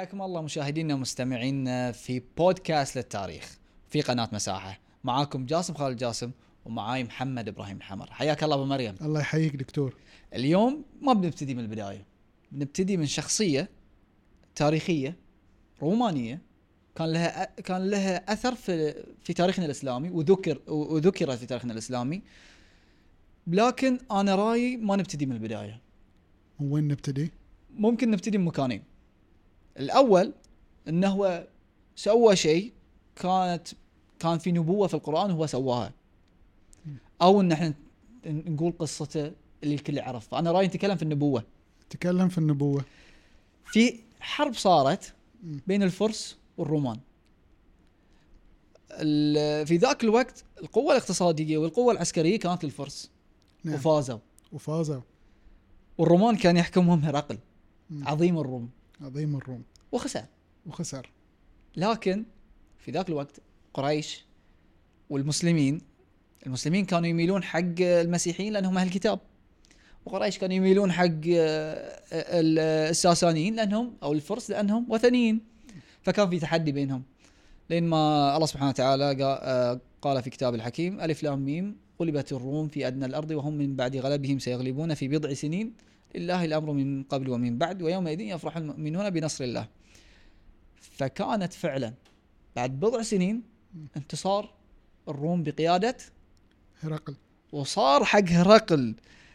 حياكم الله مشاهدينا ومستمعينا في بودكاست للتاريخ في قناة مساحة. معاكم جاسم خالد جاسم ومعاي محمد إبراهيم الحمر. حياك الله أبو مريم. الله يحييك دكتور. اليوم ما بنبتدي من البداية، بنبتدي من شخصية تاريخية رومانية كان لها أثر في تاريخنا الإسلامي وذكرت في تاريخنا الإسلامي، لكن أنا رأيي ما نبتدي من البداية. وين نبتدي؟ ممكن نبتدي من مكانين. الأول إنه هو سوى شيء كان في نبوة في القرآن هو سواها، أو إن إحنا نقول قصته اللي الكل يعرف. فأنا رأيي نتكلم في النبوة. تكلم في النبوة. في حرب صارت بين الفرس والرومان. في ذاك الوقت القوة الاقتصادية والقوة العسكرية كانت للفرس. نعم. وفازوا والرومان كان يحكمهم هرقل عظيم الروم وخسر. لكن في ذاك الوقت قريش والمسلمين كانوا يميلون حق المسيحيين لأنهم أهل الكتاب، وقريش كانوا يميلون حق الساسانيين لأنهم أو الفرس لأنهم وثنيين. فكان في تحدي بينهم، لأن ما الله سبحانه وتعالى قال في كتاب الحكيم: ألف لام ميم غلبت الروم في أدنى الأرض وهم من بعد غلبهم سيغلبون في بضع سنين لله الأمر من قبل ومن بعد ويومئذ يفرح المؤمنون بنصر الله. فكانت فعلا بعد بضع سنين انتصار الروم بقيادة هرقل، وصار حق هرقل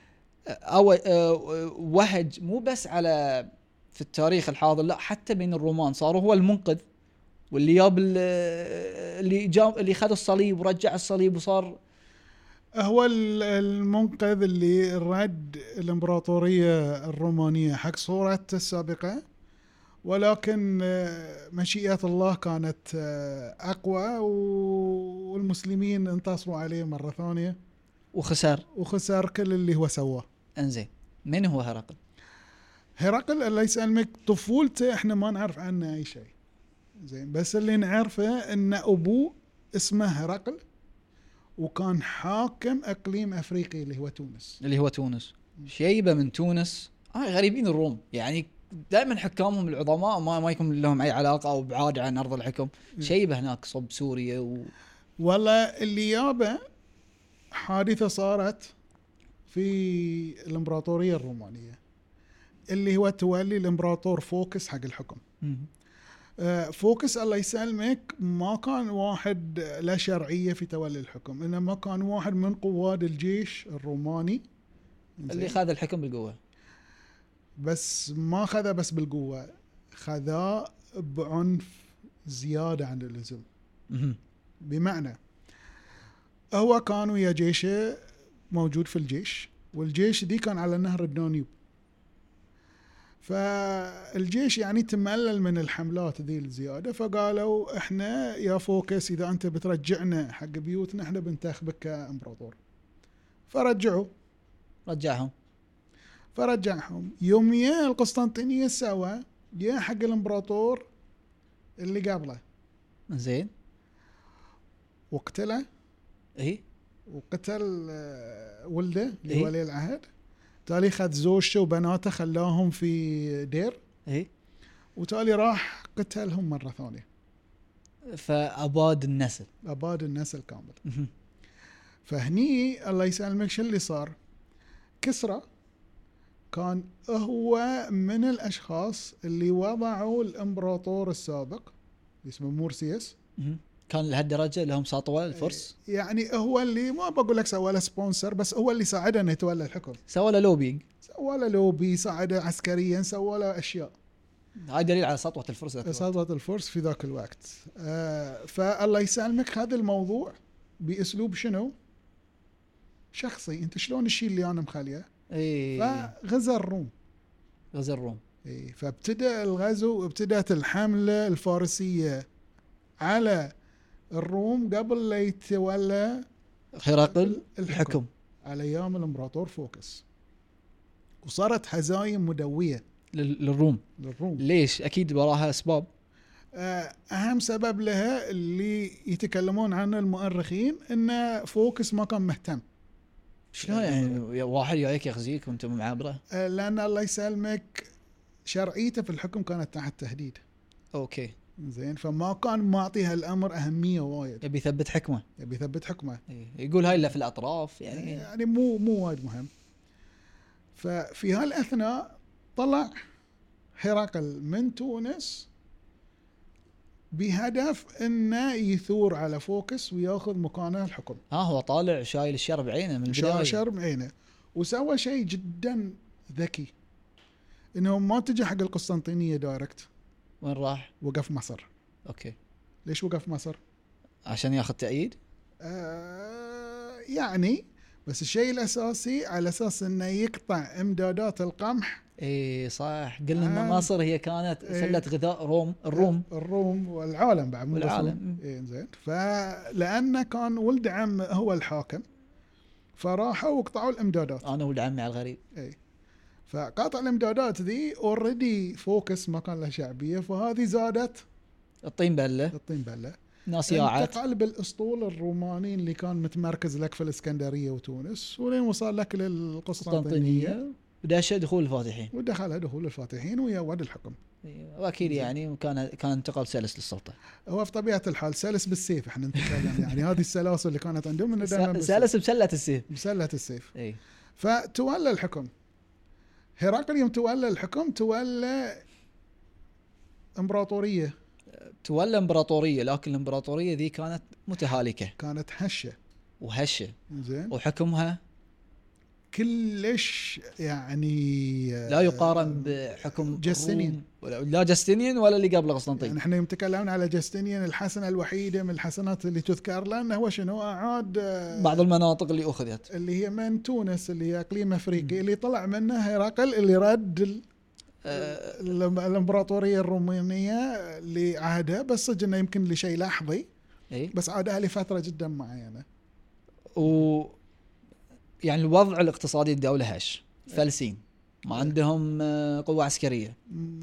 وهج مو بس على في التاريخ الحاضر، لا حتى بين الرومان صار هو المنقذ، واللي جاب اللي خذ الصليب ورجع الصليب، وصار هو المنقذ اللي رد الإمبراطورية الرومانية حق صورته السابقة. ولكن مشيئة الله كانت أقوى والمسلمين انتصروا عليه مرة ثانية وخسر كل اللي هو سواه. انزين، من هو هرقل؟ هرقل الله يسلمك طفولته احنا ما نعرف عنه أي شيء، زين، بس اللي نعرفه ان أبوه اسمه هرقل وكان حاكم أقليم أفريقي اللي هو تونس. شيبة من تونس. غريبين الروم، يعني دائما حكامهم العظماء ما يكون لهم أي علاقة أو بعاد عن أرض الحكم. شيبة هناك صوب سوريا والله اللي يابه حادثة صارت في الإمبراطورية الرومانية اللي هو تولي الإمبراطور فوكس حق الحكم. فوكس الله يسلمك ما كان واحد لا شرعية في تولي الحكم، إنما كان واحد من قواد الجيش الروماني اللي خذ الحكم بالقوة. بس ما خذا بس بالقوة، خذا بعنف زيادة عن اللزوم. بمعنى هو كان ويا جيشه موجود في الجيش، والجيش دي كان على نهر الدانيوب، فالجيش يعني تملل من الحملات ذي الزيادة، فقالوا احنا يا فوكس اذا انت بترجعنا حق بيوتنا احنا بنتخبك كامبراطور. فرجعهم يوم يا القسطنطينية سوا يا حق الامبراطور اللي قبله، زين، وقتله وقتل ولده اللي ولي العهد. تالي خذ زوجته وبناته خلاهم في دير، وتالي راح قتلهم مرة ثانية، فأباد النسل كامل. فهني الله يسلمك شو اللي صار؟ كسرى كان هو من الأشخاص اللي وضعوا الإمبراطور السابق اسمه مورسيوس. كان لهالدرجة لهم سطوة الفرس، يعني هو اللي ما بقول لك سوى له سبونسر، بس هو اللي ساعده انه يتولى الحكم، سوى له لوبي، ساعده عسكريا، سوى له اشياء. هاي دليل على سطوة الفرس في ذاك الوقت. فالله يسلمك خذ الموضوع باسلوب شنو شخصي، انت شلون الشيء اللي انا مخليه. فغزا الروم. فابتدأ الغزو، ابتدأت الحملة الفارسية على الروم قبل لا يتولى هرقل الحكم على أيام الإمبراطور فوكس، وصارت هزايم مدوية للروم. ليش؟ أكيد وراها أسباب. أهم سبب لها اللي يتكلمون عنه المؤرخين إن فوكس ما كان مهتم. شلون يعني واحد يعيك يخزيك وانت معابره؟ لأن الله يسلمك شرعيته في الحكم كانت تحت تهديد. اوكي. زين، فما كان معطيها الامر اهميه وايد، يبي يثبت حكمه. يبي يثبت حكمه، يقول هاي اللي في الاطراف يعني. يعني مو وايد مهم. ففي هالاثناء طلع هرقل من تونس بهدف انه يثور على فوكس وياخذ مكانه الحكم. هو طالع شايل الشر بعينه من البدايه. شر بعينه. وسوى شيء جدا ذكي، انه ما اتجه حق القسطنطينيه دايركت. وين راح؟ وقف مصر. اوكي. ليش وقف مصر؟ عشان ياخذ تأييد. يعني بس الشيء الاساسي على اساس انه يقطع امدادات القمح. اي صح، قلنا ان مصر هي كانت سله غذاء الروم والعالم بعد. والعالم. زين. فلانه كان ولد عم هو الحاكم، فراحوا وقطعوا الامدادات. انا ولد عمي على الغريب. فقاطع الامدادات ذي اوريدي فوكس ما كان له شعبيه، فهذه زادت الطين بله. ناس ياعت. انتقل بالاسطول الروماني اللي كان متمركز لك في الاسكندريه وتونس، ولين وصل لك للقسطنطينيه ودخل دخول الفاتحين. ودخل دخول الفاتحين ويود الحكم. واكيد يعني كان انتقال سلس للسلطه. هو في طبيعه الحال سلس بالسيف. احنا نتكلم يعني هذه السلاسل اللي كانت عندهم انه دائما سلس بسله السيف. بسله السيف. فتولى الحكم. هرقل يوم تولى الحكم تولى امبراطوريه. لكن الامبراطوريه ذي كانت متهالكه، كانت هشه. زين. وحكمها كلش يعني لا يقارن بحكم جستنيان. لا جستنيان ولا اللي قبل قسطنطين. يعني احنا يتكلمون على جستنيان، الحسنه الوحيده من الحسنات اللي تذكر لانه هو شنو اعاد بعض المناطق اللي اخذت، اللي هي من تونس، اللي هي اقليم افريقي، اللي طلع منه هرقل، اللي رد الامبراطوريه الرومانيه لعهدها، بس انه يمكن لشيء لحظي. بس عادها لفتره جدا معينه. يعني الوضع الاقتصادي الدولة هش، فلسين، ما عندهم قوة عسكرية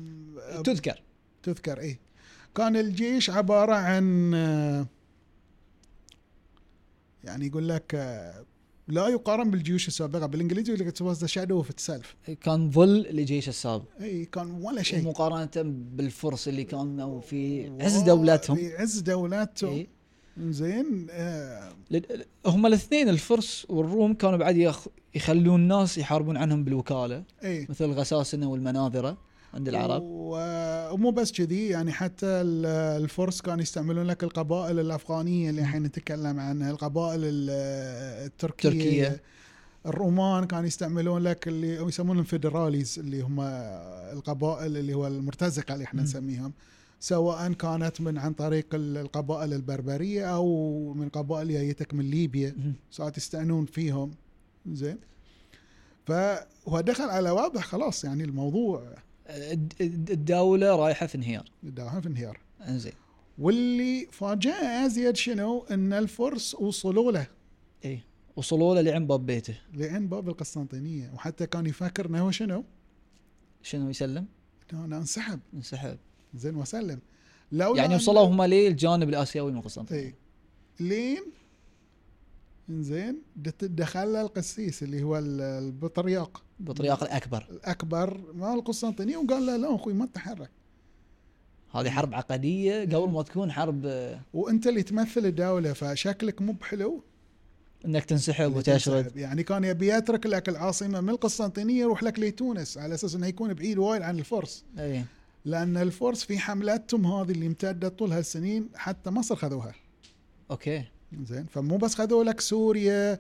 تذكر. كان الجيش عبارة عن يعني يقول لك لا يقارن بالجيوش السابقة. بالانجليزي يقول لك it was the shadow of itself. كان ظل لجيش السابق. كان ولا شيء مقارنة بالفرس اللي كانوا في عز دولتهم. زين. هم الاثنين الفرس والروم كانوا بعد يخلون الناس يحاربون عنهم بالوكالة. مثل الغساسنة والمناذرة عند العرب. ومو بس كذي، يعني حتى الفرس كانوا يستعملون لك القبائل الأفغانية اللي الحين نتكلم عنها، القبائل التركية. الرومان كانوا يستعملون لك اللي يسمونهم فيدراليز، اللي هم القبائل اللي هو المرتزقة اللي احنا نسميهم، سواء كانت عن طريق القبائل البربرية أو من قبائل جايتك من ليبيا، ساعات يستعنون فيهم. زين. فهو دخل على واضح خلاص، يعني الموضوع الدولة رايحة في انهيار. انزين. واللي فاجأ أزيد شنو؟ إن الفرس وصلوا له. وصلوا له لعن باب بيته، لعن باب القسطنطينية. وحتى كان يفكر إنه هو شنو يسلم. أنا انسحب. زين وسلم. يعني وصلوا هم للجانب الآسيوي من قسطنطينية. لين زين دخل القسيس اللي هو البطرياق الأكبر مال القسطنطينية، وقال له لا أخوي ما تتحرك، هذه حرب عقدية قبل ما تكون حرب، وأنت اللي تمثل الدولة، فشكلك مو بحلو انك تنسحب وتشرد. يعني كان يبي يترك لك العاصمة من القسطنطينية يروح لك لتونس على أساس أنه يكون بعيد وايد عن الفرس. لأن الفرس في حملاتهم هذه اللي امتدت طول هالسنين حتى مصر خذوها. اوكي. زين. فمو بس خذوا لك سوريا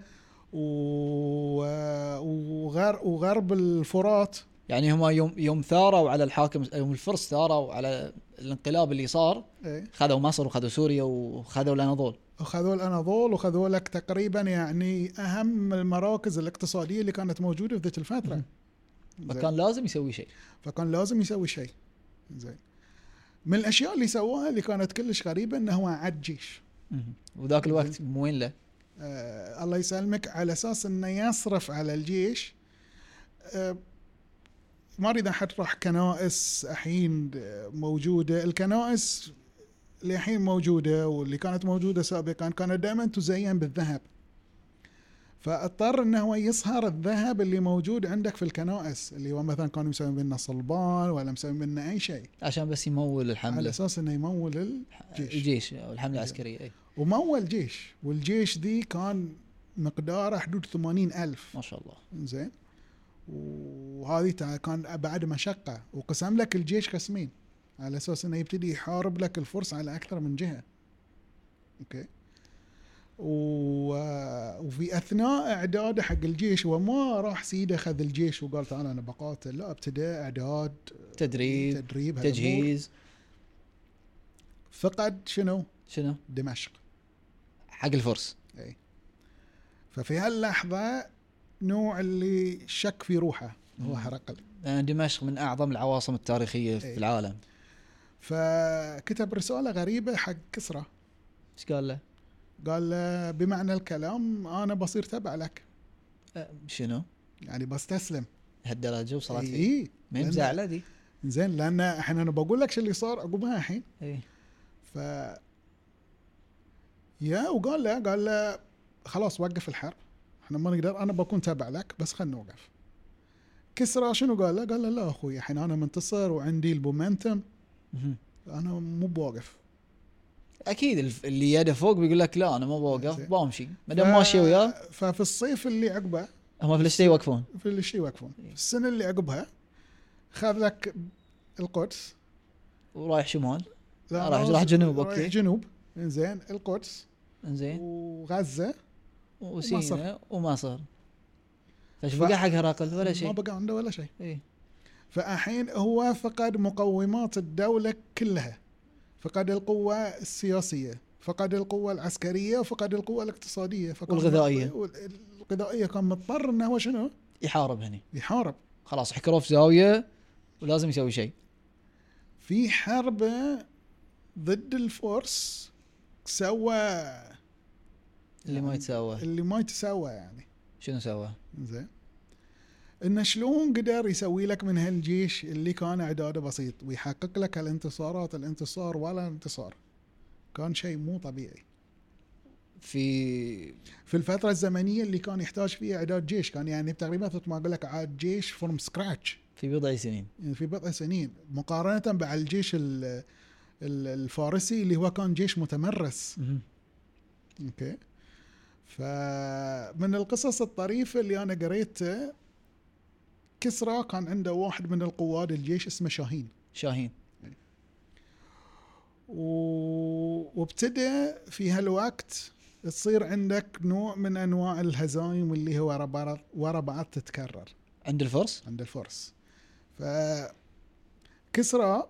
وغرب الفرات. يعني هم يوم ثاروا على الحاكم، يوم الفرس ثاروا على الانقلاب اللي صار، خذوا مصر وخذوا سوريا وخذوا الأناضول وخذوا لك تقريبا يعني أهم المراكز الاقتصادية اللي كانت موجودة في ذات الفترة. فكان لازم يسوي شيء. زين. من الأشياء اللي سواها اللي كانت كلش غريبة إنه هو عد جيش. وذاك الوقت وين له؟ الله يسلمك، على أساس إنه يصرف على الجيش. ما أريد أحد راح كنائس الحين موجودة، الكنائس اللي الحين موجودة واللي كانت موجودة سابقا كانت دائما تزين بالذهب. فاضطر انه هو يصهر الذهب اللي موجود عندك في الكنائس، اللي هو مثلا كانوا مسوين منه صلبان ولا مسوين منه اي شيء، عشان بس يمول على الحمله، اساس انه يمول الجيش او الحمله العسكريه. اي ومول جيش، والجيش دي كان مقداره حدود 80,000 ما شاء الله. زين. وهذه كان بعد مشقه، وقسم لك الجيش قسمين على اساس انه يبتدي يحارب لك الفرس على اكثر من جهه. اوكي. وفي اثناء اعداده حق الجيش، وما راح سيده اخذ الجيش وقال تعال انا بقاتل، لا، ابتدى اعداد، تدريب تجهيز. فقد شنو دمشق حق الفرس. اي. ففي هاللحظه نوع اللي شك في روحه هو هرقل. دمشق من اعظم العواصم التاريخيه في العالم. فكتب رساله غريبه حق كسرى. ايش قال له؟ قال له بمعنى الكلام انا بصير تبع لك. شنو يعني بستسلم هالدرجه وصلت فيه؟ ما مزعله دي. زين، لان احنا انا بقول لك شو اللي صار عقبها الحين. ف قال له خلاص وقف الحرب، احنا ما نقدر، انا بكون تابع لك بس خلنا نوقف. كسرى شنو قال له؟ قال له لا اخوي، الحين انا منتصر وعندي المومنتم، انا مو بوقف. اكيد اللي يده فوق بيقول لك لا انا ما بوقف، بامشي ما دام ماشي وياه. ففي الصيف اللي عقبه هم في الشتاء يوقفون، السنه اللي عقبها خذ لك القدس ورايح شمال، راح جنوب. اوكي، رايح جنوب. زين، القدس، زين، وغزه وسيناء ومصر. فايش بقى حق هرقل؟ ولا شيء، ما بقى عنده ولا شيء. ايه. فالحين هو فقد مقومات الدوله كلها، فقد القوه السياسيه، فقد القوه العسكريه، وفقد القوه الاقتصاديه، الغذائيه كان مضطر انه هو شنو؟ يحارب. خلاص حكروه في زاويه ولازم يسوي شيء. في حربه ضد الفرس سوى اللي ما يتسوى يعني. شنو سوى؟ زين، انه شلون قدر يسوي لك من هالجيش اللي كان اعداده بسيط ويحقق لك الانتصار ولا انتصار. كان شيء مو طبيعي في الفترة الزمنية اللي كان يحتاج فيها اعداد جيش. كان يعني تقريبا مثل ما اقول لك عاد جيش فروم سكراتش في بضع سنين مقارنة مع الجيش الفارسي اللي هو كان جيش متمرس. اوكي. فمن القصص الطريفة اللي انا قريتها، كسرى كان عنده واحد من القواد الجيش اسمه شاهين. وابتدى في هالوقت تصير عندك نوع من انواع الهزايم اللي هو ورا بعض تتكرر عند الفرس. فكسرى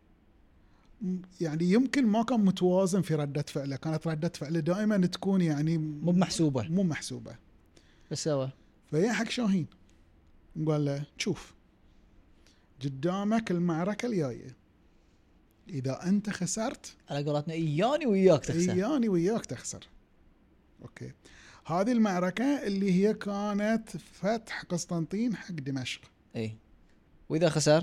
يعني يمكن ما كان متوازن في ردة فعله، كانت ردة فعله دائما تكون يعني مو محسوبة بس سوا. فهي حق شاهين قال له شوف قدامك المعركة الجاية، إذا أنت خسرت على قولتنا إياني وياك تخسر. أوكي. هذه المعركة اللي هي كانت فتح قسطنطين حق دمشق. وإذا خسر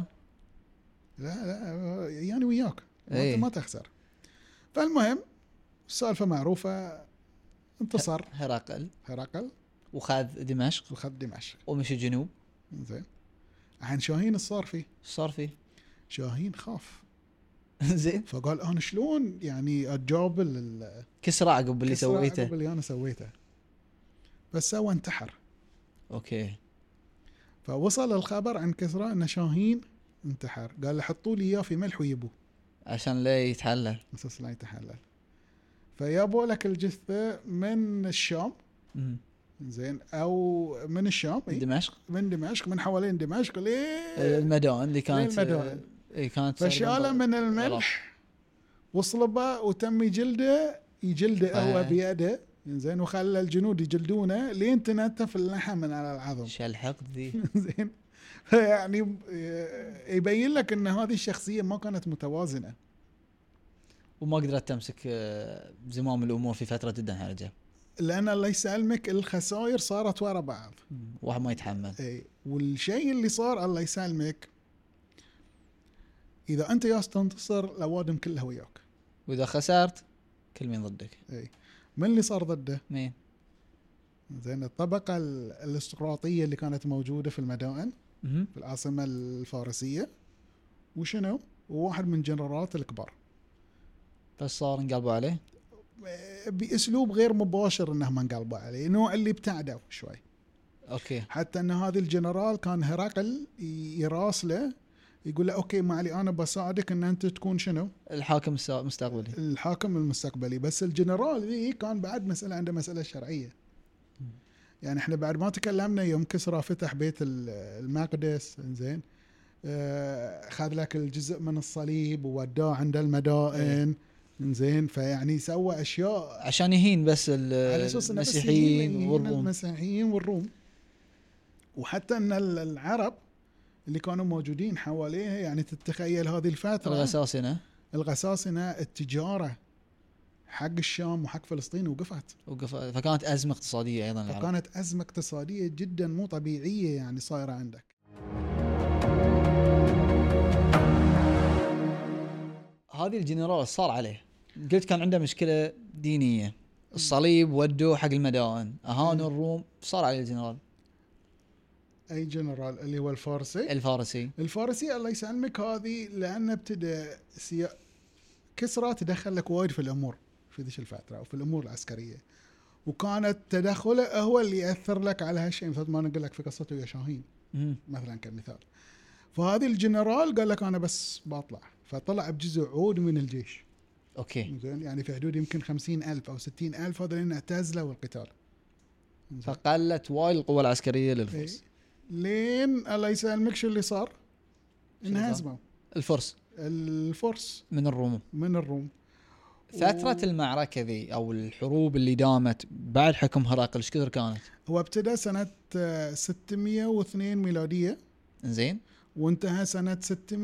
لا يعني وياك أنت ما تخسر. فالمهم السالفة معروفة، انتصر هرقل وخذ دمشق ومشي جنوب. زين، الحين شاهين صار فيه شاهين خاف. زين، فقال انا شلون يعني اتجاوب كسرى عقب اللي سويته، عقب اللي انا سويته، بس سوى انتحر. اوكي. فوصل الخبر عن كسرى ان شاهين انتحر. قال له حطوا لي اياه في ملح ويبوه عشان لا يتحلل، اساس لا يتحلل. فيابوا لك الجثه من الشام. زين، او من الشام، من دمشق، من حوالين دمشق المدائن اللي كانت فشاله من الملح وصلبه وتم يجلده هو بيده. زين، وخلى الجنود يجلدونه لين تنتف اللحم من على العظم. شو الحقد ذي. زين، يعني يبين لك ان هذه الشخصيه ما كانت متوازنه وما قدرت تمسك زمام الامور في فتره الدحرجه، لأن الله يسلمك الخسائر صارت ورا بعض، واحد ما يتحمل. والشيء اللي صار الله يسلمك، إذا أنت ياس تنتصر الأوادم كلها وياك، وإذا خسرت كل مين ضدك. من اللي صار ضده؟ مين؟ زين الطبقة الارستقراطية اللي كانت موجودة في المدائن في العاصمة الفارسية، وشنو وواحد من جنرالات الكبار. بس صار انقلبوا عليه بأسلوب غير مباشر انهم انقلبوا عليه، نوع اللي ابتعدوا شوي. اوكي. حتى ان هذا الجنرال كان هرقل يراسله يقول له اوكي ما علي انا بساعدك ان انت تكون شنو الحاكم المستقبلي. الحاكم المستقبلي. بس الجنرال ذي كان بعد مسألة عنده مسألة شرعية. يعني احنا بعد ما تكلمنا يوم كسرى فتح بيت المقدس، انزين خذ لك الجزء من الصليب ووداه عند المدائن، انزين فيعني سوى اشياء عشان يهين بس على اساس المسيحيين والروم. المسيحيين والروم. وحتى ان العرب اللي كانوا موجودين حواليها، يعني تتخيل هذه الفترة الغساسنة التجارة حق الشام وحق فلسطين وقفت. فكانت أزمة اقتصادية أيضا. فكانت أزمة اقتصادية جدا مو طبيعية يعني صايرة عندك. هذه الجنرال صار عليه، قلت كان عنده مشكلة دينية، الصليب ودوه حق المدائن، أهانوا الروم، صار عليه الجنرال. أي جنرال؟ اللي هو الفارسي الله يسلمك. هذه لأنه ابتدى كسرى تدخل لك وايد في الأمور في ذيك الفترة وفي الأمور العسكرية، وكانت تدخله هو اللي يأثر لك على هالشيء. مثل ما نقول لك في قصته يا شاهين مثلا كمثال. فهذه الجنرال قال لك أنا بس بطلع، فطلع بجزء عود من الجيش. أوكي. زين يعني في حدود يمكن 50,000 أو 60,000 هذا لين اعتزلوا القتال. فقلت وايد القوة العسكرية للفرس. لين الله يسلمك شو اللي صار؟ انهزموا الفرس من الروم. فترة المعركة ذي أو الحروب اللي دامت بعد حكم هرقل ايش كثر كانت؟ هو ابتدى سنة 602 ميلادية، زين، وانتهى سنة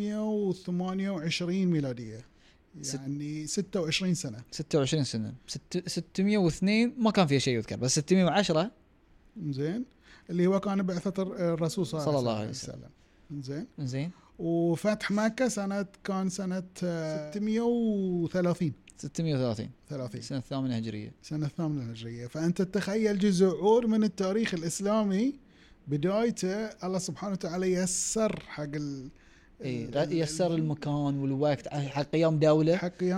628 ميلادية، يعني 26 سنة. 602 ما كان فيها شيء يذكر، بس 610 زين اللي هو كان بعثة الرسول صلى الله عليه وسلم. زين. وفتح مكة كان سنة 630 سنة 8 هجرية. فأنت تتخيل جزء عور من التاريخ الإسلامي بدايته الله سبحانه وتعالى يسر حق يسر المكان والوقت حق قيام دولة.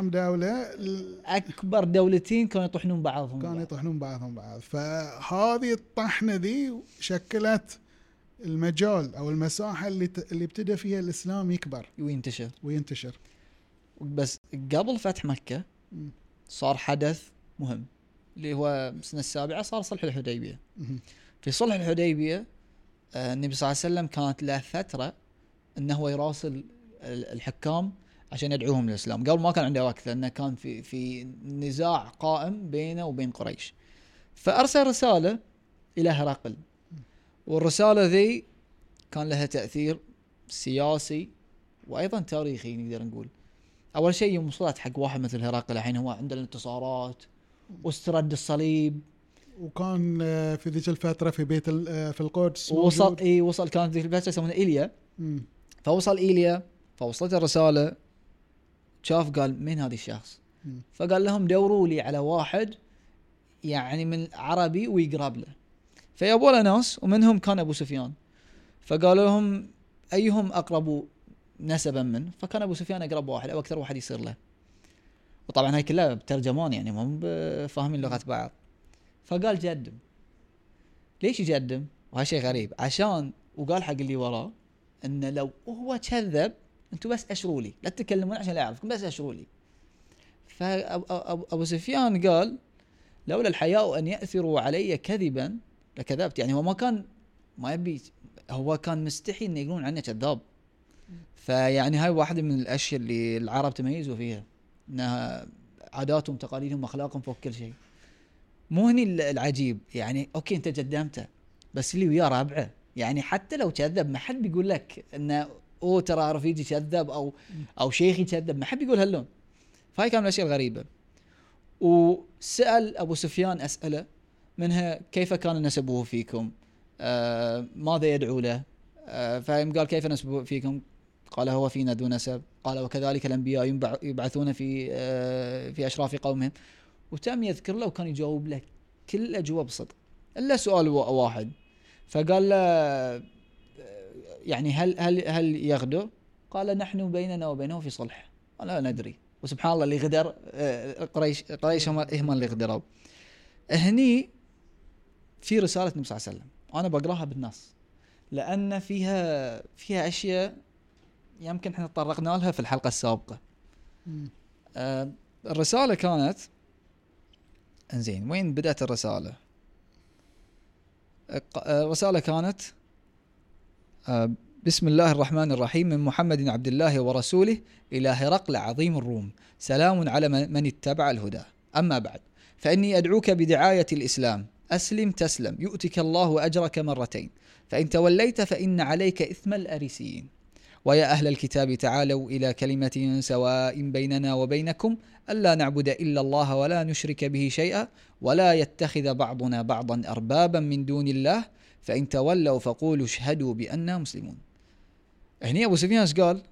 أكبر دولتين كانوا يطحنون بعضهم بعض. فهذه الطحنة ذي شكلت المجال أو المساحة اللي ابتدى فيها الإسلام يكبر وينتشر. بس قبل فتح مكة صار حدث مهم اللي هو السنة 7 صار صلح الحديبية. في صلح الحديبية النبي صلى الله عليه وسلم كانت له فترة أنه هو يراسل الحكام عشان يدعوهم للإسلام. قبل ما كان عنده وقت لأنه كان في نزاع قائم بينه وبين قريش، فأرسل رسالة إلى هرقل، والرسالة ذي كان لها تأثير سياسي وأيضا تاريخي. نقدر نقول أول شيء يوم وصلت حق واحد مثل هرقل، الحين هو عنده الانتصارات واسترد الصليب، وكان في ذيك الفترة في بيت في القدس وصل كانت ذيك الفترة يسمونها إيليا. فوصل إيليا، فوصلت الرسالة، شاف قال مين هذا الشخص؟ فقال لهم دوروا لي على واحد يعني من عربي ويقرب له. فيابوا له ناس، ومنهم كان أبو سفيان. فقالوا لهم أيهم أقرب نسبا منه؟ فكان أبو سفيان أقرب واحد أو أكثر واحد يصير له. وطبعا هاي كلها بترجمان يعني هم فاهمين لغة بعض. فقال جدم. ليش يجدم؟ وهذا شيء غريب، عشان وقال حق اللي وراه إن لو هو كذب أنتوا بس أشروا لي، لا تتكلمون عشان لا أعرفكم، بس أشروا لي. فأبو سفيان قال لولا الحياء أن يأثروا علي كذبا لكذبت. يعني هو ما يبي، هو كان مستحي إن يقولون عنه كذاب. فيعني هاي واحدة من الأشياء اللي العرب تميزوا فيها، إنها عاداتهم تقاليدهم أخلاقهم فوق كل شيء. مو هني العجيب، يعني أوكي أنت قدمته، بس اللي وياه رابعه، يعني حتى لو كذب ما حد بيقول لك إنه ترى رفيجي كذب أو شيخي كذب، ما حد بيقول هاللون. فهاي كان الأشياء الغريبة. وسأل أبو سفيان أسئلة منها كيف كان نسبه فيكم، ماذا يدعو له. فهم قال كيف نسبه فيكم؟ قال هو فينا ذو نسب. قال وكذلك الأنبياء يبعثون في أشراف قومهم. وتم يذكر له وكان يجاوب له كل أجوبة بصدق. إلا سؤال واحد. فقال له يعني هل يغدر؟ قال نحن بيننا وبينه في صلح ولا ندري. وسبحان الله اللي غدر قريش هم اللي غدروا. هني في رسالة النبي صلى الله عليه وسلم أنا بقراها بالناس لأن فيها أشياء يمكن احنا تطرقنا لها في الحلقة السابقة. الرسالة كانت انزين وين بدأت الرسالة؟ الرسالة كانت بسم الله الرحمن الرحيم من محمد عبد الله ورسوله إلى هرقل عظيم الروم سلام على من اتبع الهدى أما بعد فإني أدعوك بدعاية الإسلام أسلم تسلم يؤتك الله أجرك مرتين فإن توليت فإن عليك إثم الأريسيين ويا أهل الكتاب تعالوا إلى كلمة سواء بيننا وبينكم ألا نعبد إلا الله ولا نشرك به شيئا ولا يتخذ بعضنا بعضا أربابا من دون الله فإن تولوا فقولوا اشهدوا بأننا مسلمون. هنا أبو سفيان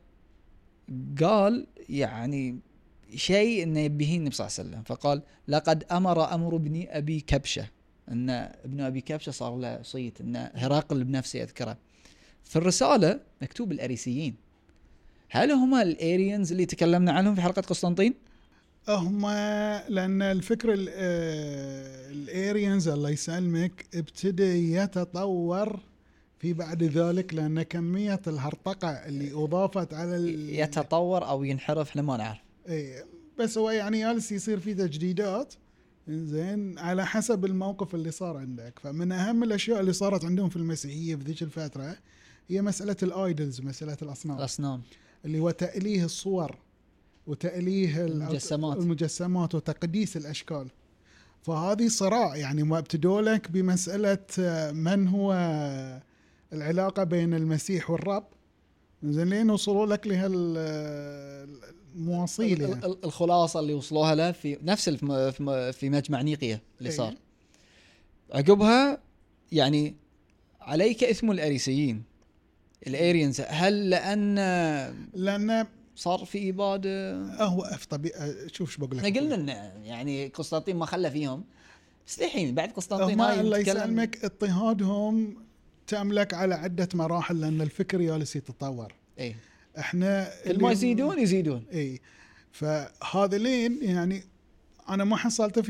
قال يعني شيء إنه يبيه النبي صلى الله عليه وسلم. فقال لقد أمر ابن أبي كبشة أن ابن أبي كبشة صار له صيت أن هرقل بنفسه يذكره. في الرسالة مكتوب الأريسيين. هل هم الأريانز اللي تكلمنا عنهم في حلقة قسطنطين؟ هم لأن الفكر الأريانز الله يسلمك ابتدى يتطور في بعد ذلك لأن كمية الهرطقة اللي أضافت على يتطور أو ينحرف احنا ما نعرف. بس هو يعني جالس يصير في تجديدات زين على حسب الموقف اللي صار عندك. فمن أهم الأشياء اللي صارت عندهم في المسيحية في ذيك الفترة هي مسألة الآيدلز مسألة الأصنام اللي هو تأليه الصور وتأليه المجسمات وتقديس الأشكال. فهذه صراع يعني ما ابتدوا لك بمسألة من هو العلاقة بين المسيح والرب زين لين وصلوا لك لهالمواصيل الخلاصة اللي وصلوها له في نفس في مجمع نيقية اللي صار عقبها يعني عليك إثم الأريسيين الأريانز. هل لأن صار في إبادة هو شوف ايش بقول لك. احنا قلنا إن يعني قسطنطين ما خلى فيهم بس الحين بعد قسطنطين هاي الله يسلمك اضطهادهم تملك على عدة مراحل لأن الفكر جالس يتطور. احنا كل ما يزيدون فهذلين يعني انا ما حصلته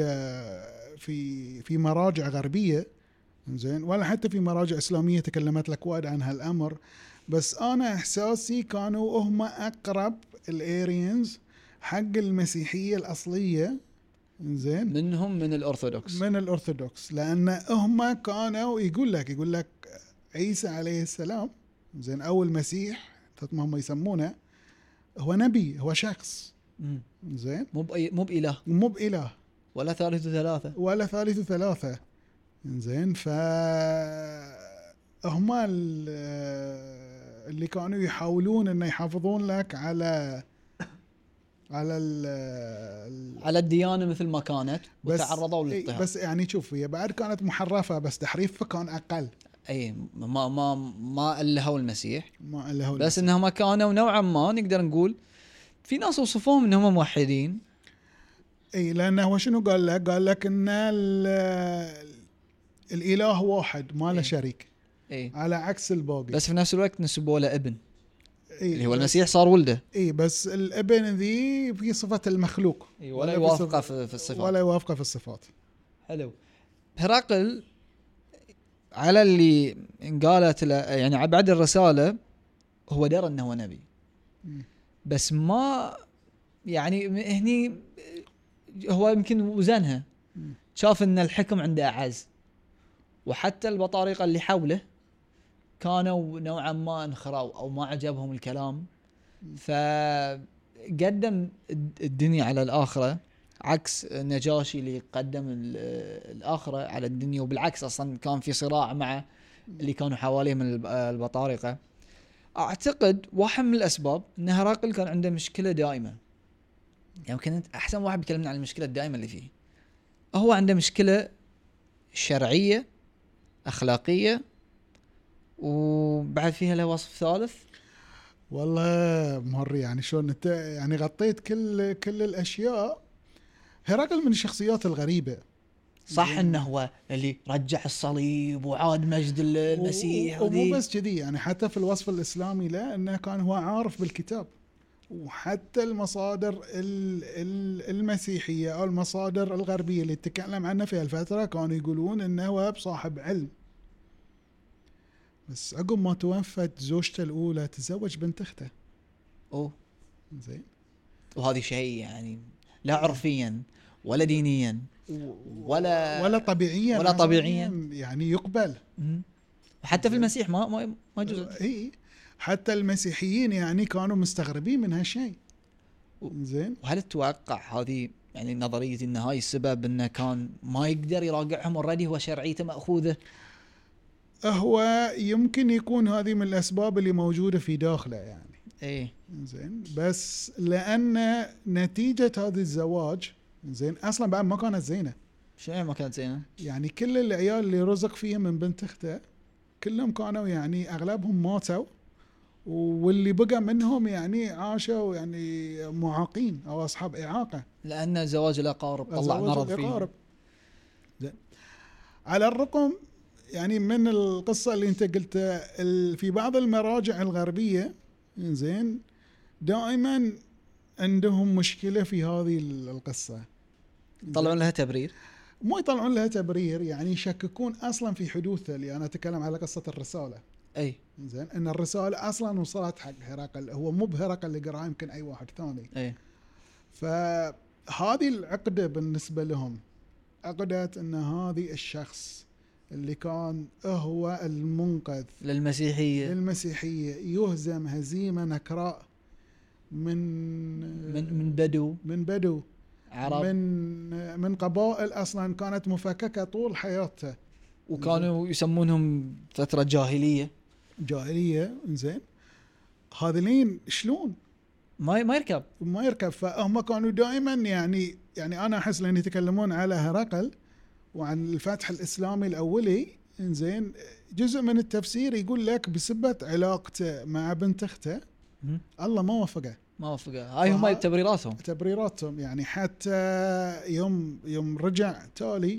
في مراجع غربية زين ولا حتى في مراجع إسلامية تكلمت لك وايد عن هالأمر. بس أنا إحساسي كانوا هم أقرب الأريانز حق المسيحية الأصلية زين منهم من الأرثوذكس لأن هم كانوا يقول لك عيسى عليه السلام زين أول مسيح هم يسمونه هو نبي هو شخص زين مو بإله ولا ثالث ثلاثة زين هم اللي كانوا يحاولون انه يحافظون لك على الديانة مثل ما كانت وتعرضوا للاضطهاد. بس يعني شوف هي بعد كانت محرفة بس تحريفها كان اقل. ما ألهوا المسيح بس انهم كانوا نوعا ما نقدر نقول في ناس وصفوهم انهم موحدين. لانه هو شنو قال لك ان الاله واحد ما له شريك على عكس الباقي. بس في نفس الوقت نسبوا له ابن اللي هو المسيح صار ولده. بس الابن ذي في صفة المخلوق ولا يوافقه في الصفات. حلو. هرقل على اللي قالت يعني بعد الرسالة هو درى انه هو نبي بس ما يعني هني هو يمكن وزنها شاف ان الحكم عنده اعز وحتى البطارقة اللي حوله كانوا نوعا ما انخروا أو ما عجبهم الكلام فقدم الدنيا على الآخرة عكس النجاشي اللي قدم الآخرة على الدنيا. وبالعكس أصلا كان في صراع مع اللي كانوا حواليه من البطارقة. أعتقد واحد من الأسباب أن هرقل كان عنده مشكلة دائمة. يمكن أنت أحسن واحد بيكلمنا عن المشكلة الدائمة اللي فيه. هو عنده مشكلة شرعية أخلاقية وبعد فيها له وصف ثالث. والله مهري يعني شلون انت يعني غطيت كل الاشياء. هرقل من الشخصيات الغريبة صح انه هو اللي رجع الصليب وعاد مجد المسيح ومو بس كذي، يعني حتى في الوصف الإسلامي له أنه كان هو عارف بالكتاب، وحتى المصادر المسيحية أو المصادر الغربية اللي تتكلم عنه في الفترة كانوا يقولون أنه هو صاحب علم. بس عقب ما توفت زوجته الأولى تزوج بنت أخته. أوه زين. وهذه شيء يعني لا عرفيا ولا دينيا ولا طبيعيا ولا طبيعيا يعني يقبل. حتى في المسيح ما جزء. اي حتى المسيحيين يعني كانوا مستغربين من هالشيء. زين. وهل تتوقع هذه يعني نظرية ان هاي السبب انه كان ما يقدر يراجعهم اوريدي، هو شرعيته مأخوذة؟ هو يمكن يكون هذه من الاسباب اللي موجودة في داخله يعني. ايه زين. بس لان نتيجة هذا الزواج زين اصلا بعد ما كانت زينة. شو ما كانت زينة؟ يعني كل العيال اللي رزق فيهم من بنت اخته كلهم كانوا يعني اغلبهم ماتوا، واللي بقى منهم يعني عاشوا يعني معاقين او اصحاب اعاقه، لان زواج الاقارب طلع مرض فيهم. زين. على الرقم يعني من القصه اللي انت قلتها، في بعض المراجع الغربيه زين دائما عندهم مشكله في هذه القصه، يطلعون لها تبرير. مو يطلعون لها تبرير، يعني يشككون اصلا في حدوثها. اللي انا اتكلم على قصه الرساله. اي زين. ان الرساله اصلا وصلت حق هرقل، هو مو بهرقل اللي قراها، يمكن اي واحد ثاني. اي. فهذه العقده بالنسبه لهم، عقده ان هذه الشخص اللي كان هو المنقذ للمسيحيه يهزم هزيمه نكراء من بدو عرب، من قبائل اصلا كانت مفككه طول حياتها، وكانوا يسمونهم فتره جاهليه. زين. هذين شلون ما يركب. فهم كانوا دائما يعني انا احس لان يتكلمون على هرقل وعن الفتح الاسلامي الاولي. زين. جزء من التفسير يقول لك بسبب علاقته مع بنت اخته الله ما وفقه. هاي هم تبريراتهم يعني. حتى يوم رجع تالي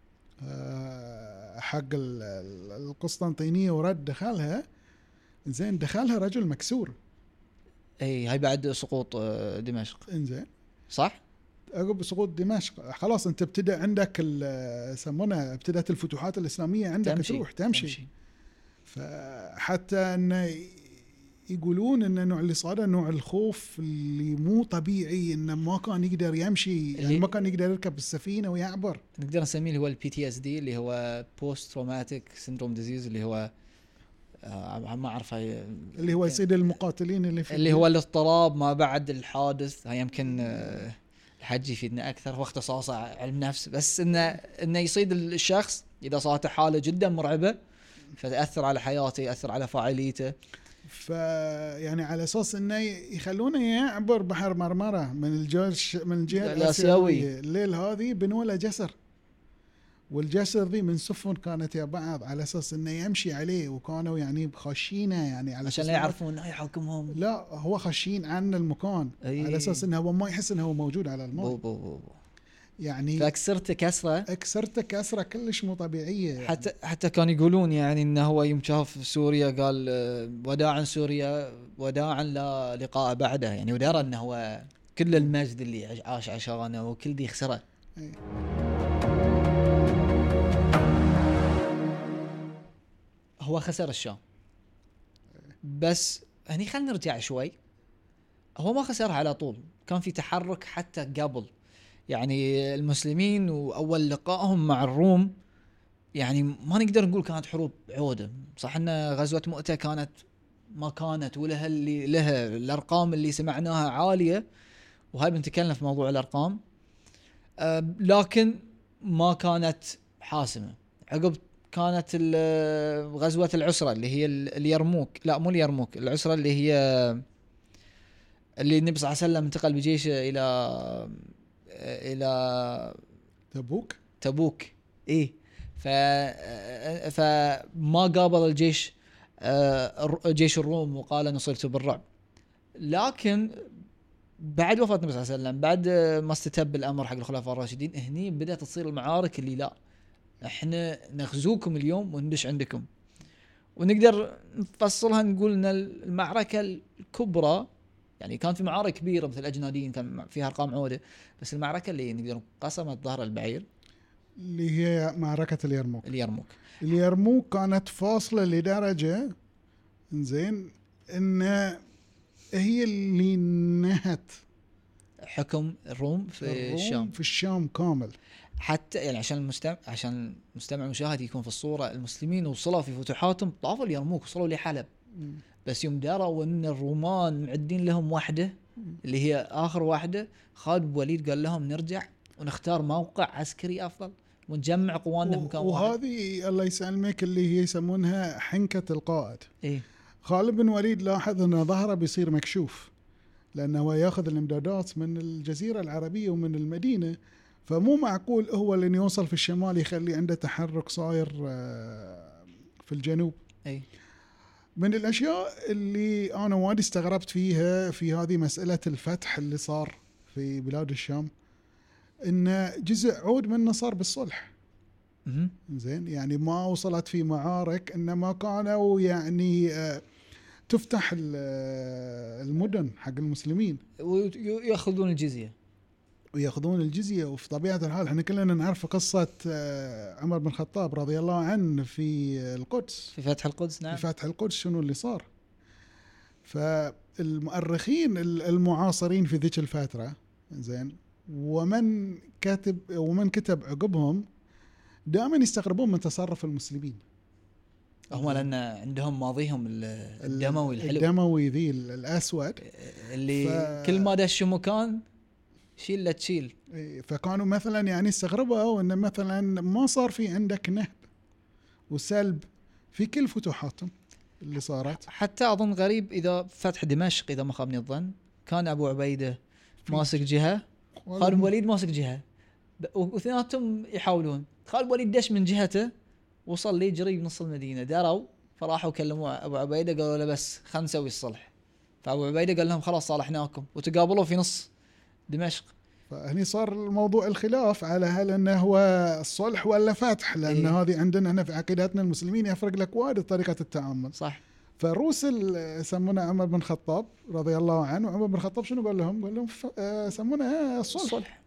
حق القسطنطينية ورد دخلها. زين. دخلها رجل مكسور. اي هاي بعد سقوط دمشق. انزين. صح. عقب سقوط دمشق خلاص انت ابتدأ عندك يسمونها ابتدأت الفتوحات الإسلامية عندك تمشي. فحتى انه يقولون ان نوع اللي صار نوع الخوف اللي مو طبيعي، انه ما كان يقدر يمشي، يعني ما كان يقدر يركب السفينة ويعبر. نقدر نسميه اللي هو الPTSD اللي هو Post Traumatic Syndrome Disease، اللي هو ما أعرف هاي اللي هو يصير المقاتلين اللي هو الاضطراب ما بعد الحادث. هاي يمكن الحج يفيدنا أكثر، هو اختصاصه علم نفس، بس إنه يصيد الشخص إذا صارت حالة جدا مرعبة فتأثر على حياته، يأثر على فاعليته. يعني على أساس إنه يخلونه يعبر بحر مرمرة من الجهة الآسيوية. الليل هذه بنوا له جسر، والجسر ذي من سفن كانت يا بعض على أساس إنه يمشي عليه، وكانوا يعني خشينه يعني عشان لا يعرفون إنه يحاكمهم. لا هو خشين عن المكان على أساس إنه هو ما يحس إنه هو موجود على الماء. يعني فأكسرته كسرة كلش مو طبيعية يعني. حتى كانوا يقولون يعني إنه هو يوم شاف سوريا قال وداعا سوريا وداعا لا لقاء بعده، يعني ودرى إنه هو كل المجد اللي عاش عشانه وكل دي خسره. هو خسر الشام، بس هني خلينا نرجع شوي. هو ما خسرها على طول، كان في تحرك حتى قبل. يعني المسلمين وأول لقائهم مع الروم يعني ما نقدر نقول كانت حروب عودة. صح ان غزوة مؤتة ما كانت ولها اللي لها الأرقام اللي سمعناها عالية، وهاي بنتكلم في موضوع الأرقام، لكن ما كانت حاسمة. عقب كانت غزوة العسرة اللي هي اليرموك، لا مو اليرموك، العسرة اللي هي اللي النبي صلى الله عليه وسلم انتقل بجيشه إلى تبوك. إيه فما قابل الجيش جيش الروم وقال نصرت بالرعب. لكن بعد وفاة النبي صلى الله عليه وسلم، بعد ما استتب الامر حق الخلفاء الراشدين، هني بدات تصير المعارك اللي لا احنا نغزوكم اليوم وندش عندكم. ونقدر نفصلها نقول ان المعركه الكبرى، يعني كان في معارك كبيره مثل الاجنادين كان فيها ارقام عوده، بس المعركه اللي نقدر قسمت ظهر البعير اللي هي معركة اليرموك. اليرموك كانت فاصلة لدرجة زين ان هي اللي نهت حكم الروم في الشام. في الشام كامل. حتى يعني عشان المستمع المشاهد يكون في الصورة، المسلمين وصلوا في فتوحاتهم طافوا اليرموك وصلوا لحلب، بس يوم داروا ان الرومان معدين لهم واحدة اللي هي اخر واحدة، خالد بن وليد قال لهم نرجع ونختار موقع عسكري افضل ونجمع قواننا في مكان واحد. وهذه الله يسلمك اللي هي يسمونها حنكة القائد. إيه؟ خالد بن وليد لاحظ ان ظهره بيصير مكشوف، لانه هو ياخذ الامدادات من الجزيرة العربية ومن المدينة، فمو معقول هو اللي يوصل في الشمال يخلي عنده تحرك صاير في الجنوب. أي. من الأشياء اللي أنا وايد استغربت فيها في هذه مسألة الفتح اللي صار في بلاد الشام، إن جزء عود منه صار بالصلح. زين، يعني ما وصلت في معارك، إنما كانوا يعني تفتح المدن حق المسلمين ويأخذون الجزية. وفي طبيعة الحال احنا كلنا نعرف قصة عمر بن الخطاب رضي الله عنه في القدس، في فتح القدس. نعم، في فتح القدس شنو اللي صار. فالمؤرخين المعاصرين في ذيك الفترة زين، ومن كتب عقبهم دائما يستغربون من تصرف المسلمين. هم لأن عندهم ماضيهم الدموي الحلو، الدموي ذي الأسود، اللي كل ما دش مكان شيل لا تشيل. فكانوا مثلا يعني استغربوا ان مثلا ما صار في عندك نهب وسلب في كل فتوحاتهم اللي صارت. حتى اظن غريب اذا فتح دمشق، اذا ما خابني الظن، كان ابو عبيده ماسك جهه، خالد بن وليد ماسك جهه، واثنيناتهم يحاولون. خالد بن وليد دش من جهته، وصل لي جري بنص المدينه، داروا فراحوا كلموا ابو عبيده قالوا له بس خلينا نسوي الصلح. فابو عبيده قال لهم خلاص صالحناكم، وتقابلوا في نص دمشق. فهني صار الموضوع الخلاف على هل انه هو الصلح ولا فتح، لان هذه عندنا احنا في عقيدتنا المسلمين يفرق لك وايد طريقه التعامل. صح. فالرسل يسمونه عمر بن الخطاب رضي الله عنه، عمر بن الخطاب شنو قال لهم؟ قال لهم يسمونه الصلح.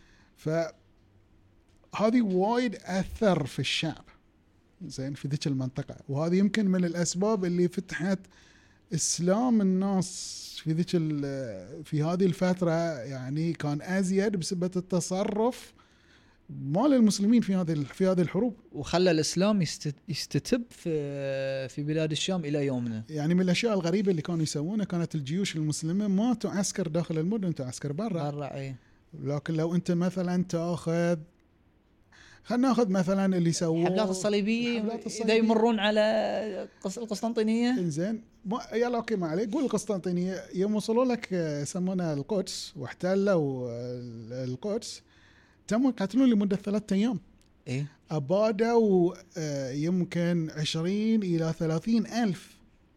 فهذه وايد اثر في الشعب زين في ذيك المنطقه، وهذه يمكن من الاسباب اللي فتحت اسلام الناس في هذه الفترة، يعني كان أزيد بسبب التصرف مال المسلمين في هذه الحروب، وخلى الإسلام يستتب في بلاد الشام إلى يومنا. يعني من الأشياء الغريبة اللي كانوا يسوونها، كانت الجيوش المسلمة ما تعسكر داخل المدن، تعسكر برا. أي. لكن لو أنت مثلا خلينا ناخذ مثلا اللي يسوون حملات الصليبية إذا يمرون على القسطنطينية. إنزين يلا أوكي ما عليك، قول القسطنطينية، يوم وصلوا لك يسمونها القدس واحتلوا القدس، تم قتلون لمدة 3 أيام. إيه؟ أبادوا يمكن 20 إلى 30 ألف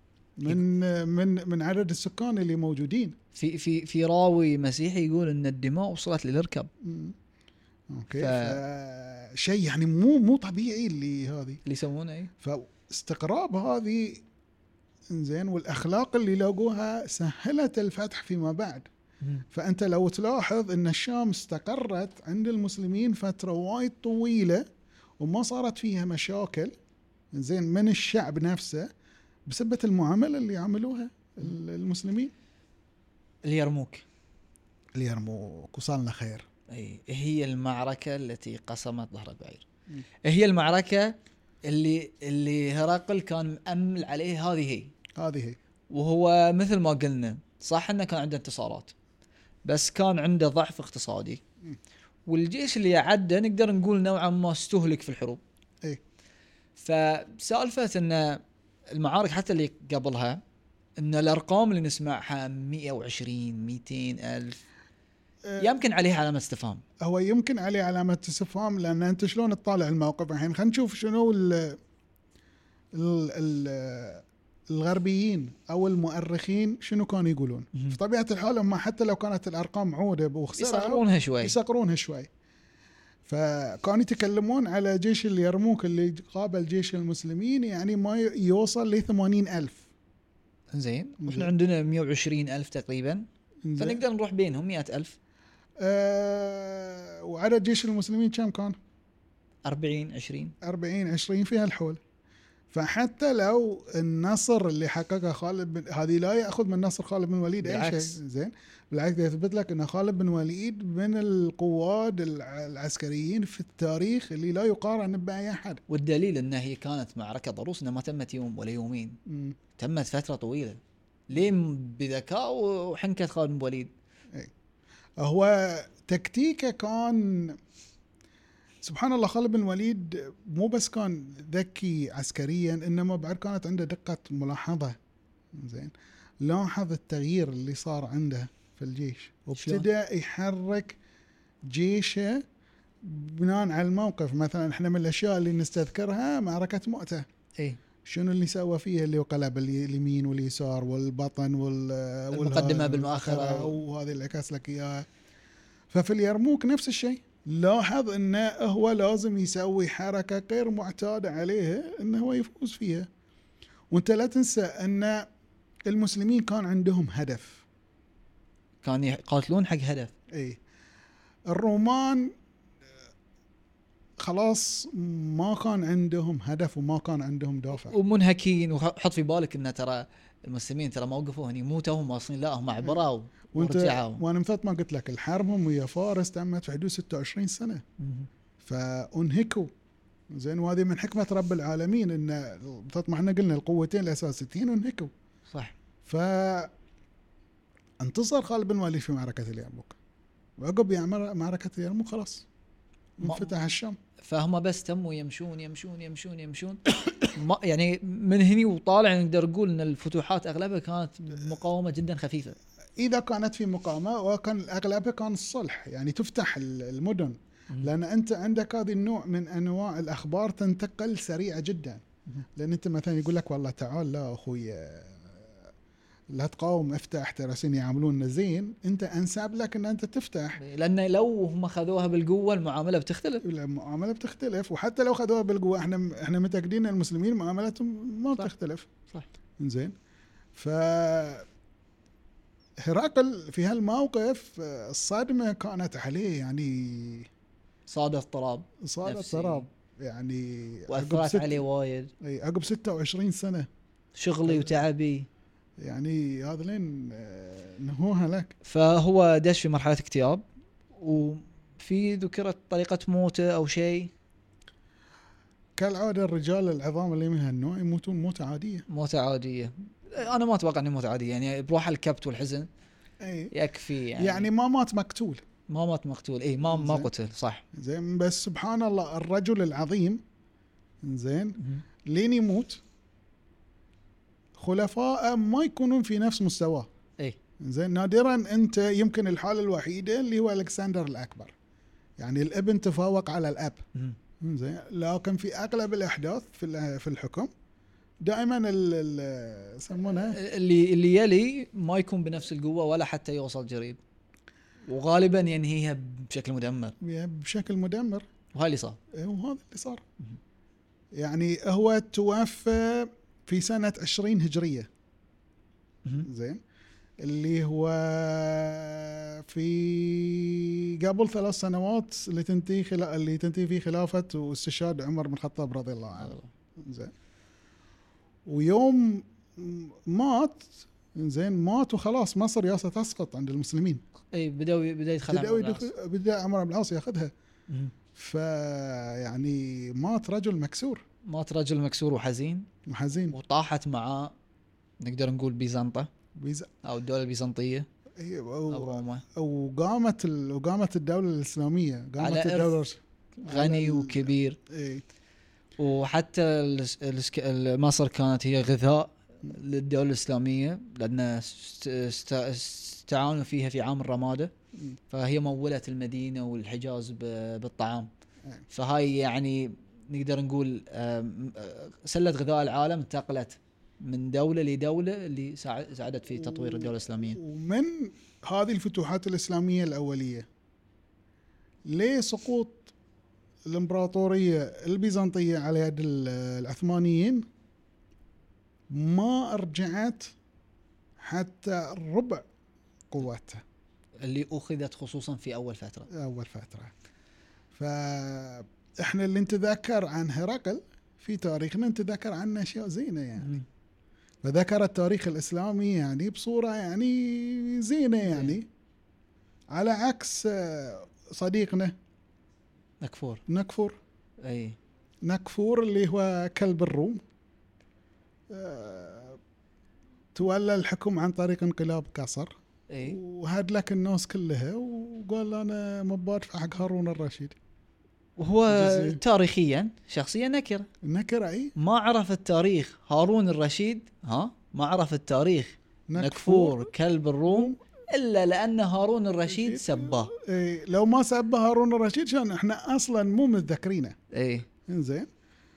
من عدد السكان اللي موجودين. في راوي مسيحي يقول إن الدماء وصلت للركب. اوكي. شيء يعني مو طبيعي اللي يسوونه. ايه. فاستقراب هذه زين، والاخلاق اللي لاقوها سهلت الفتح فيما بعد. فانت لو تلاحظ ان الشام استقرت عند المسلمين فتره وايد طويله وما صارت فيها مشاكل زين من الشعب نفسه بسبب المعامله اللي عملوها المسلمين. اليرموك وصلنا خير. أي هي المعركة التي قسمت ظهر البعير. هي المعركة اللي هرقل كان مأمل عليه. هذه هي. وهو مثل ما قلنا صح انه كان عنده انتصارات، بس كان عنده ضعف اقتصادي، والجيش اللي عدى نقدر نقول نوعا ما استهلك في الحروب. فسالفة ان المعارك حتى اللي قبلها، ان الارقام اللي نسمعها 120 200 ألف يمكن عليه علامة استفهام. هو يمكن عليه علامة استفهام، لأن أنت شلون تطالع الموقف الحين. خلينا نشوف شنو الغربيين او المؤرخين شنو كانوا يقولون؟ في طبيعه الحال هم حتى لو كانت الارقام عوده يصغرونها شوي. يصغرونها شوي. فكانوا يتكلمون على جيش اليرموك اللي قابل جيش المسلمين يعني ما يوصل ل 80,000. زين. واحنا عندنا 120,000 تقريبا، فنقدر نروح بينهم 100,000. وعدد جيش المسلمين كم كان؟ 40-20 فيها الحول. فحتى لو النصر اللي حققه خالد هذه لا يأخذ من نصر خالد بن الوليد أي شيء. زين، بالعكس يثبت لك أن خالد بن الوليد من القواد العسكريين في التاريخ اللي لا يقارن بأي أحد. والدليل أنها هي كانت معركة ضروس، أنها ما تمت يوم ولا يومين. تمت فترة طويلة لين بذكاء وحنكة خالد بن الوليد. هو تكتيكه كان سبحان الله. خالد بن الوليد مو بس كان ذكي عسكريا، انما بعد كانت عنده دقة ملاحظة. زين، لاحظ التغيير اللي صار عنده في الجيش وابتدأ يحرك جيشه بناء على الموقف. مثلا احنا من الاشياء اللي نستذكرها معركة مؤتة. شنو اللي سوى فيها؟ اللي قلب اليمين واليسار والبطن والمقدمة بالمؤخرة وهذه اللي عكس لك اياها. ففي اليرموك نفس الشيء، لاحظ انه هو لازم يسوي حركة غير معتادة عليها انه هو يفوز فيها. وانت لا تنسى ان المسلمين كان عندهم هدف، كان يقاتلون حق هدف. الرومان خلاص ما كان عندهم هدف وما كان عندهم دافع ومنهكين. وحط في بالك ان ترى المسلمين ترى ما وقفوا هني مو توهم واصلين، لا هم عبروا ورجعوا. وانا مثل ما قلت لك الحربهم ويا فارس تمت في حدود 26 سنة فانهكوا. زين، وهذه من حكمة رب العالمين ان مثل ما احنا قلنا القوتين الاساسيتين انهكوا. صح. انتصر خالد بن الوليد في معركة اليرموك، وعقب معركة اليرموك خلاص انفتح الشام. فهم بس تموا يمشون يمشون يمشون يمشون ما يعني من هني وطالع نقدر نقول ان الفتوحات اغلبها كانت مقاومة جدا خفيفة. اذا كانت في مقاومة، وكان اغلبها كان الصلح، يعني تفتح المدن. لان انت عندك هذا النوع من انواع الاخبار تنتقل سريعة جدا. لان انت مثلا يقول لك والله تعال لا اخوي لا تقاوم، افتح، ترى يعاملوننا زين، انت انسب لك ان انت تفتح. لان لو هم خذوها بالقوه المعامله بتختلف. المعامله بتختلف، وحتى لو خذوها بالقوه احنا متاكدين المسلمين معاملتهم ما بتختلف. صح. زين. هرقل في هالموقف الصدمه كانت عليه، يعني صاد الضراب يعني واثرت عليه وايد. عقب 26 سنه شغلي وتعبي، يعني هذا لين نهوها لك. فهو دش في مرحلة اكتئاب. وفي ذكرت طريقة موته أو شيء؟ كالعادة الرجال العظام اللي من هالنوع يموتون موتة عادية. أنا ما أتوقع أنه موت عادية، يعني بروح الكبت والحزن يكفي. يعني ما مات مقتول. ما قتل. صح. زين، بس سبحان الله الرجل العظيم زين لين يموت خلفاء ما يكونون في نفس مستواه. زين، نادرا انت يمكن الحالة الوحيدة اللي هو الكسندر الأكبر، يعني الابن تفوق على الأب. زين، لكن في أغلب الأحداث في الحكم دائما يسمونها اللي يلي ما يكون بنفس القوة ولا حتى يوصل قريب، وغالبا ينهيها بشكل مدمر. وهذا اللي صار. يعني هو توفى في سنة 20 هجرية. زين، اللي هو في قبل 3 سنوات اللي تنتهي في خلافة واستشهاد عمر بن الخطاب رضي الله عنه. زين، ويوم مات وخلاص مصر ياسة تسقط عند المسلمين. بدأ عمر بن العاص ياخذها. فيعني مات رجل مكسور وحزين وطاحت مع نقدر نقول بيزنطة أو الدولة البيزنطية أو روما. وقامت الدولة الإسلامية، قامت الدولة غني وكبير. وحتى مصر كانت هي غذاء للدولة الإسلامية، لأن استعانوا فيها في عام الرمادة، فهي مولت المدينة والحجاز بالطعام. فهاي يعني نقدر نقول سلة غذاء العالم انتقلت من دولة لدولة اللي ساعدت في تطوير الدولة الإسلامية. ومن هذه الفتوحات الإسلامية الأولية لسقوط الإمبراطورية البيزنطية على يد العثمانيين ما رجعت حتى ربع قوتها اللي أخذت خصوصا في أول فترة. فإحنا اللي نتذكر عن هرقل في تاريخنا نتذكر عنه أشياء زينة يعني. فذكر التاريخ الإسلامي يعني بصورة يعني زينة يعني. على عكس صديقنا نكفور اللي هو كلب الروم، تولى الحكم عن طريق انقلاب قصر، وهد لك الناس كلها وقال أنا مبادفع حق هارون الرشيد. وهو تاريخيا شخصية نكرة أي ما عرف التاريخ هارون الرشيد، ما عرف التاريخ نكفور كلب الروم إلا لأن هارون الرشيد سباه. لو ما سبه هارون الرشيد شان احنا أصلا مو متذكرينه. إنزين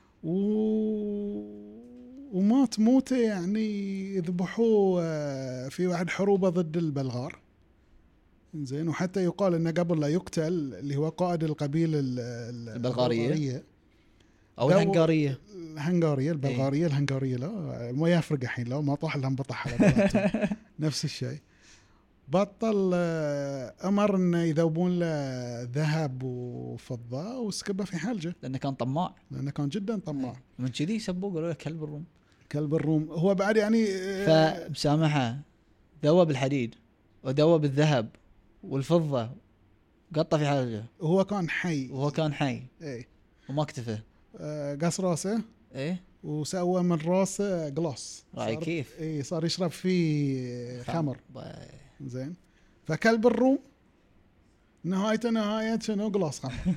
ومات موته يعني يذبحوه في واحد حروبه ضد البلغار. إنزين وحتى يقال إنه قبل لا يقتل اللي هو قائد القبيلة البلغارية أو الهنغارية البلغارية الهنغارية لا ما يفرق الحين، لو ما طاح لهم بطح على نفس الشيء. بطل أمر إنه يذوبون له ذهب وفضة وسكبه في حلجه لأنه كان جدا طماع. من كذي سبوه قالوا له كلب الروم. هو بعد يعني فبسامحه ذوب الحديد وذوب الذهب والفضة قطه في حلجه. وهو كان حي وما اكتفى قص راسه وسوى من راسه قلاص. راعي كيف صار يشرب فيه خمر. زين فكلب الروم نهاية شنو قلاص خمر.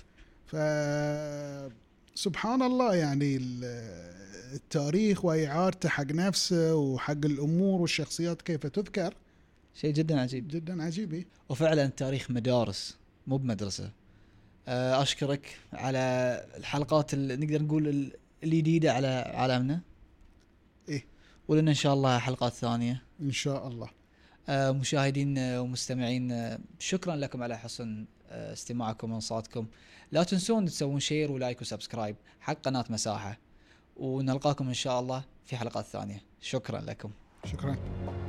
فسبحان الله يعني التاريخ وإعارته حق نفسه وحق الأمور والشخصيات كيف تذكر شيء جدا عجيب. وفعلا التاريخ مدارس مو بمدرسة. أشكرك على الحلقات اللي نقدر نقول الجديدة على عالمنا. ولنا إن شاء الله حلقات ثانية إن شاء الله. مشاهدين ومستمعين شكرا لكم على حسن استماعكم وانصاتكم. لا تنسون تسوون شير ولايك وسبسكرايب حق قناة مساحة، ونلقاكم إن شاء الله في حلقات ثانية. شكرا لكم. شكرا.